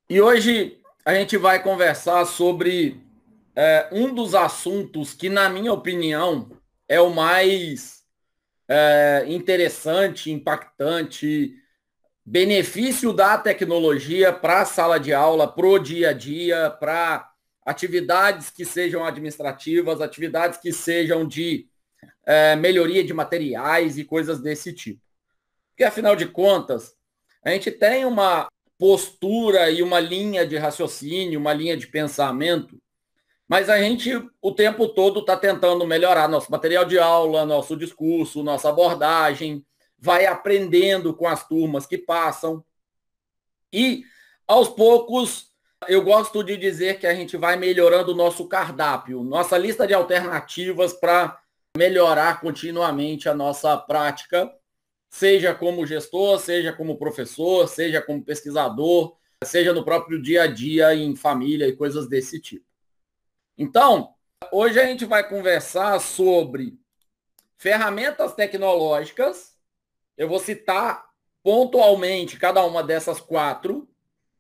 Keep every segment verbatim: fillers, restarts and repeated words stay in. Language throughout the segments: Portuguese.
E hoje a gente vai conversar sobre é, um dos assuntos que, na minha opinião, é o mais é, interessante, impactante, benefício da tecnologia para a sala de aula, para o dia a dia, para atividades que sejam administrativas, atividades que sejam de é, melhoria de materiais e coisas desse tipo. Porque, afinal de contas, a gente tem uma postura e uma linha de raciocínio, uma linha de pensamento, mas a gente o tempo todo está tentando melhorar nosso material de aula, nosso discurso, nossa abordagem, vai aprendendo com as turmas que passam. E, aos poucos, eu gosto de dizer que a gente vai melhorando o nosso cardápio, nossa lista de alternativas para melhorar continuamente a nossa prática, seja como gestor, seja como professor, seja como pesquisador, seja no próprio dia a dia, em família e coisas desse tipo. Então, hoje a gente vai conversar sobre ferramentas tecnológicas. Eu vou citar pontualmente cada uma dessas quatro,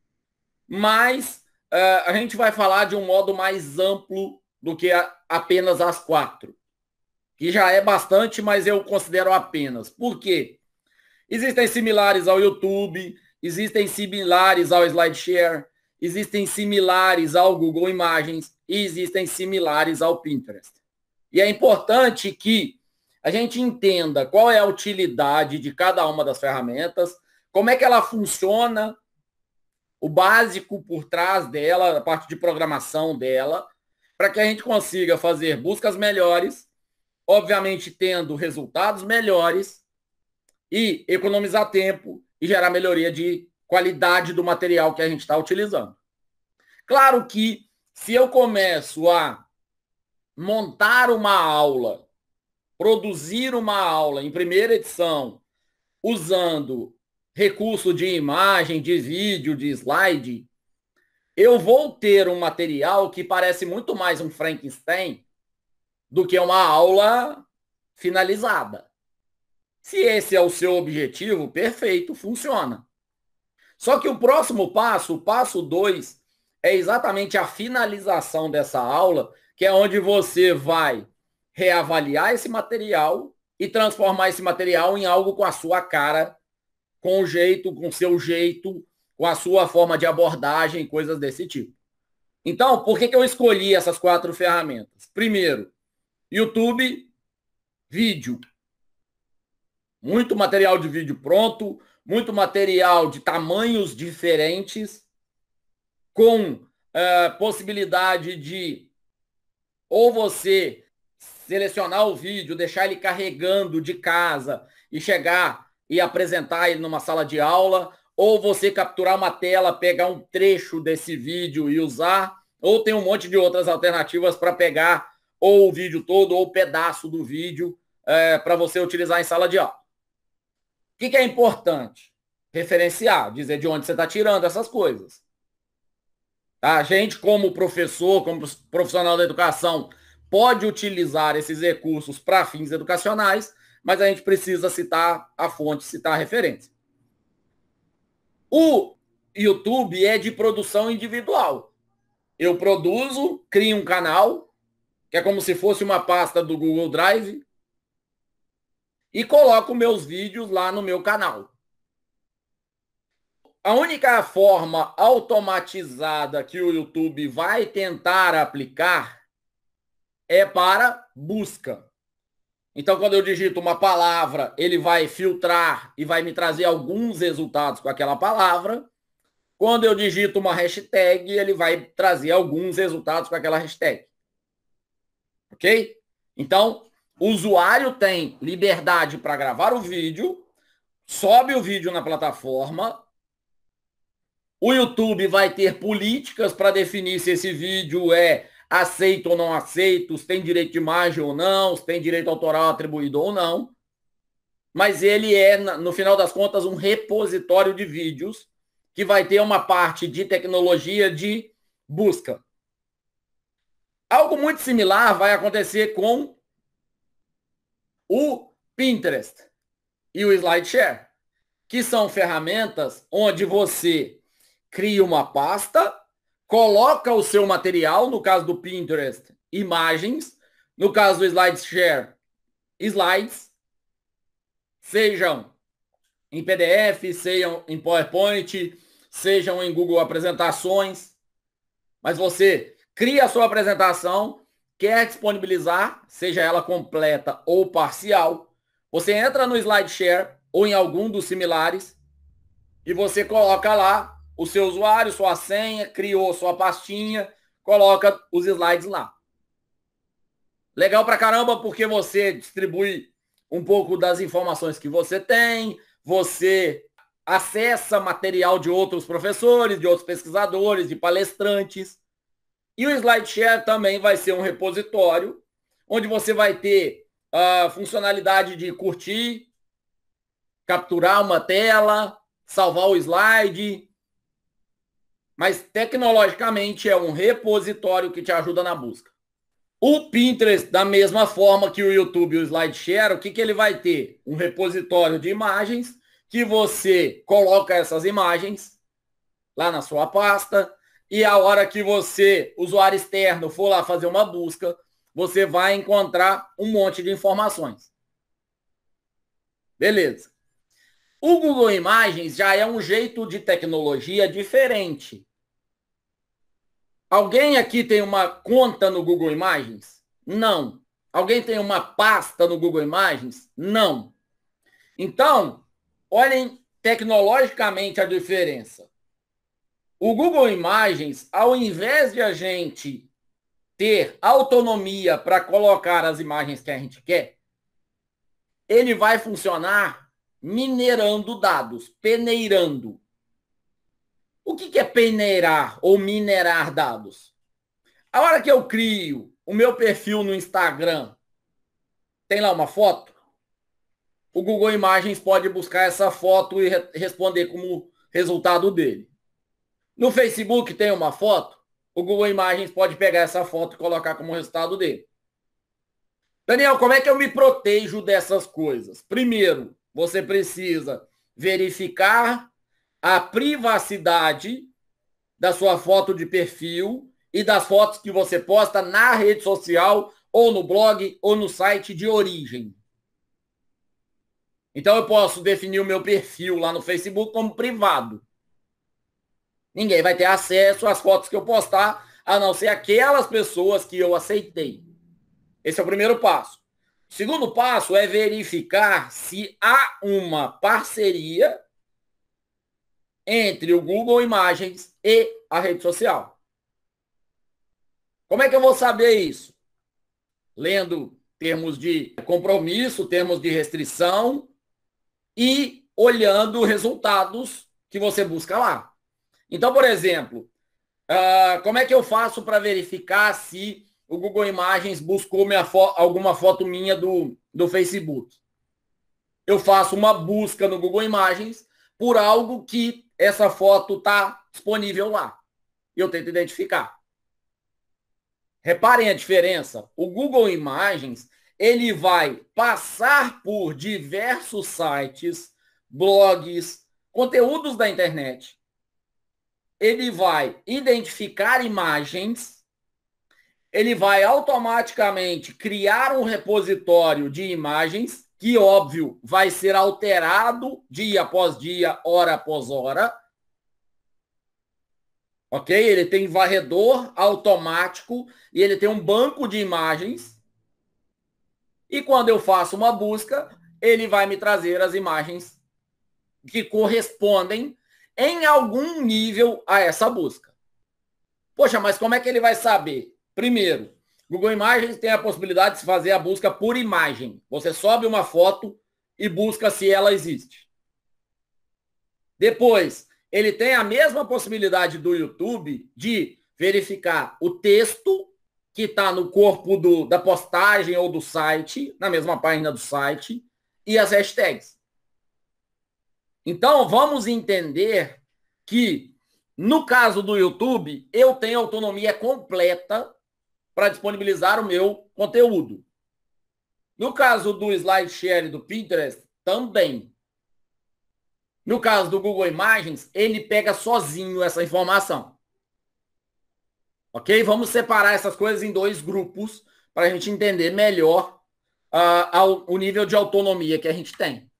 mas uh, a gente vai falar de um modo mais amplo do que a, apenas as quatro, que já é bastante, mas eu considero apenas. Por quê? Existem similares ao YouTube, existem similares ao SlideShare, existem similares ao Google Imagens e existem similares ao Pinterest. E é importante que a gente entenda qual é a utilidade de cada uma das ferramentas, como é que ela funciona, o básico por trás dela, a parte de programação dela, para que a gente consiga fazer buscas melhores, obviamente tendo resultados melhores, e economizar tempo e gerar melhoria de qualidade do material que a gente está utilizando. Claro que se eu começo a montar uma aula, produzir uma aula em primeira edição, usando recurso de imagem, de vídeo, de slide, eu vou ter um material que parece muito mais um Frankenstein do que uma aula finalizada. Se esse é o seu objetivo, perfeito, funciona. Só que o próximo passo, o passo dois, é exatamente a finalização dessa aula, que é onde você vai reavaliar esse material e transformar esse material em algo com a sua cara, com o jeito, com o seu jeito, com a sua forma de abordagem, coisas desse tipo. Então, por que, que eu escolhi essas quatro ferramentas? Primeiro, YouTube, vídeo. Muito material de vídeo pronto, muito material de tamanhos diferentes, com é, possibilidade de ou você selecionar o vídeo, deixar ele carregando de casa e chegar e apresentar ele numa sala de aula, ou você capturar uma tela, pegar um trecho desse vídeo e usar, ou tem um monte de outras alternativas para pegar ou o vídeo todo ou o pedaço do vídeo é, para você utilizar em sala de aula. O que, que é importante? Referenciar, dizer de onde você está tirando essas coisas. A gente, como professor, como profissional da educação, pode utilizar esses recursos para fins educacionais, mas a gente precisa citar a fonte, citar a referência. O YouTube é de produção individual. Eu produzo, crio um canal, que é como se fosse uma pasta do Google Drive, e coloco meus vídeos lá no meu canal. A única forma automatizada que o YouTube vai tentar aplicar é para busca. Então, quando eu digito uma palavra, ele vai filtrar e vai me trazer alguns resultados com aquela palavra. Quando eu digito uma hashtag, ele vai trazer alguns resultados com aquela hashtag. Ok? Então, o usuário tem liberdade para gravar o vídeo, sobe o vídeo na plataforma. O YouTube vai ter políticas para definir se esse vídeo é aceito ou não aceito, se tem direito de imagem ou não, se tem direito autoral atribuído ou não. Mas ele é, no final das contas, um repositório de vídeos que vai ter uma parte de tecnologia de busca. Algo muito similar vai acontecer com o Pinterest e o SlideShare, que são ferramentas onde você cria uma pasta, coloca o seu material, no caso do Pinterest, imagens, no caso do SlideShare, slides, sejam em P D F, sejam em PowerPoint, sejam em Google Apresentações, mas você cria a sua apresentação, quer disponibilizar, seja ela completa ou parcial, você entra no SlideShare ou em algum dos similares e você coloca lá o seu usuário, sua senha, criou sua pastinha, coloca os slides lá. Legal pra caramba porque você distribui um pouco das informações que você tem, você acessa material de outros professores, de outros pesquisadores, de palestrantes. E o SlideShare também vai ser um repositório onde você vai ter a funcionalidade de curtir, capturar uma tela, salvar o slide. Mas tecnologicamente é um repositório que te ajuda na busca. O Pinterest, da mesma forma que o YouTube e o SlideShare, o que, que ele vai ter? Um repositório de imagens que você coloca essas imagens lá na sua pasta e a hora que você, usuário externo, for lá fazer uma busca, você vai encontrar um monte de informações. Beleza. O Google Imagens já é um jeito de tecnologia diferente. Alguém aqui tem uma conta no Google Imagens? Não. Alguém tem uma pasta no Google Imagens? Não. Então, olhem tecnologicamente a diferença. O Google Imagens, ao invés de a gente ter autonomia para colocar as imagens que a gente quer, ele vai funcionar minerando dados, peneirando. O que é peneirar ou minerar dados? A hora que eu crio o meu perfil no Instagram, tem lá uma foto? O Google Imagens pode buscar essa foto e re- responder como resultado dele. No Facebook tem uma foto? O Google Imagens pode pegar essa foto e colocar como resultado dele. Daniel, como é que eu me protejo dessas coisas? Primeiro, você precisa verificar a privacidade da sua foto de perfil e das fotos que você posta na rede social, ou no blog, ou no site de origem. Então eu posso definir o meu perfil lá no Facebook como privado. Ninguém vai ter acesso às fotos que eu postar, a não ser aquelas pessoas que eu aceitei. Esse é o primeiro passo. O segundo passo é verificar se há uma parceria entre o Google Imagens e a rede social. Como é que eu vou saber isso? Lendo termos de compromisso, termos de restrição e olhando resultados que você busca lá. Então, por exemplo, uh, como é que eu faço para verificar se o Google Imagens buscou minha fo- alguma foto minha do, do Facebook? Eu faço uma busca no Google Imagens por algo que essa foto está disponível lá. E eu tento identificar. Reparem a diferença. O Google Imagens, ele vai passar por diversos sites, blogs, conteúdos da internet. Ele vai identificar imagens, ele vai automaticamente criar um repositório de imagens, que, óbvio, vai ser alterado dia após dia, hora após hora. Ok? Ele tem varredor automático e ele tem um banco de imagens. E quando eu faço uma busca, ele vai me trazer as imagens que correspondem em algum nível a essa busca. Poxa, mas como é que ele vai saber? Primeiro, Google Imagens tem a possibilidade de se fazer a busca por imagem. Você sobe uma foto e busca se ela existe. Depois, ele tem a mesma possibilidade do YouTube de verificar o texto que está no corpo do, da postagem ou do site, na mesma página do site, e as hashtags. Então, vamos entender que, no caso do YouTube, eu tenho autonomia completa para disponibilizar o meu conteúdo. No caso do SlideShare e do Pinterest, também. No caso do Google Imagens, ele pega sozinho essa informação. Ok? Vamos separar essas coisas em dois grupos para a gente entender melhor uh, ao, o nível de autonomia que a gente tem.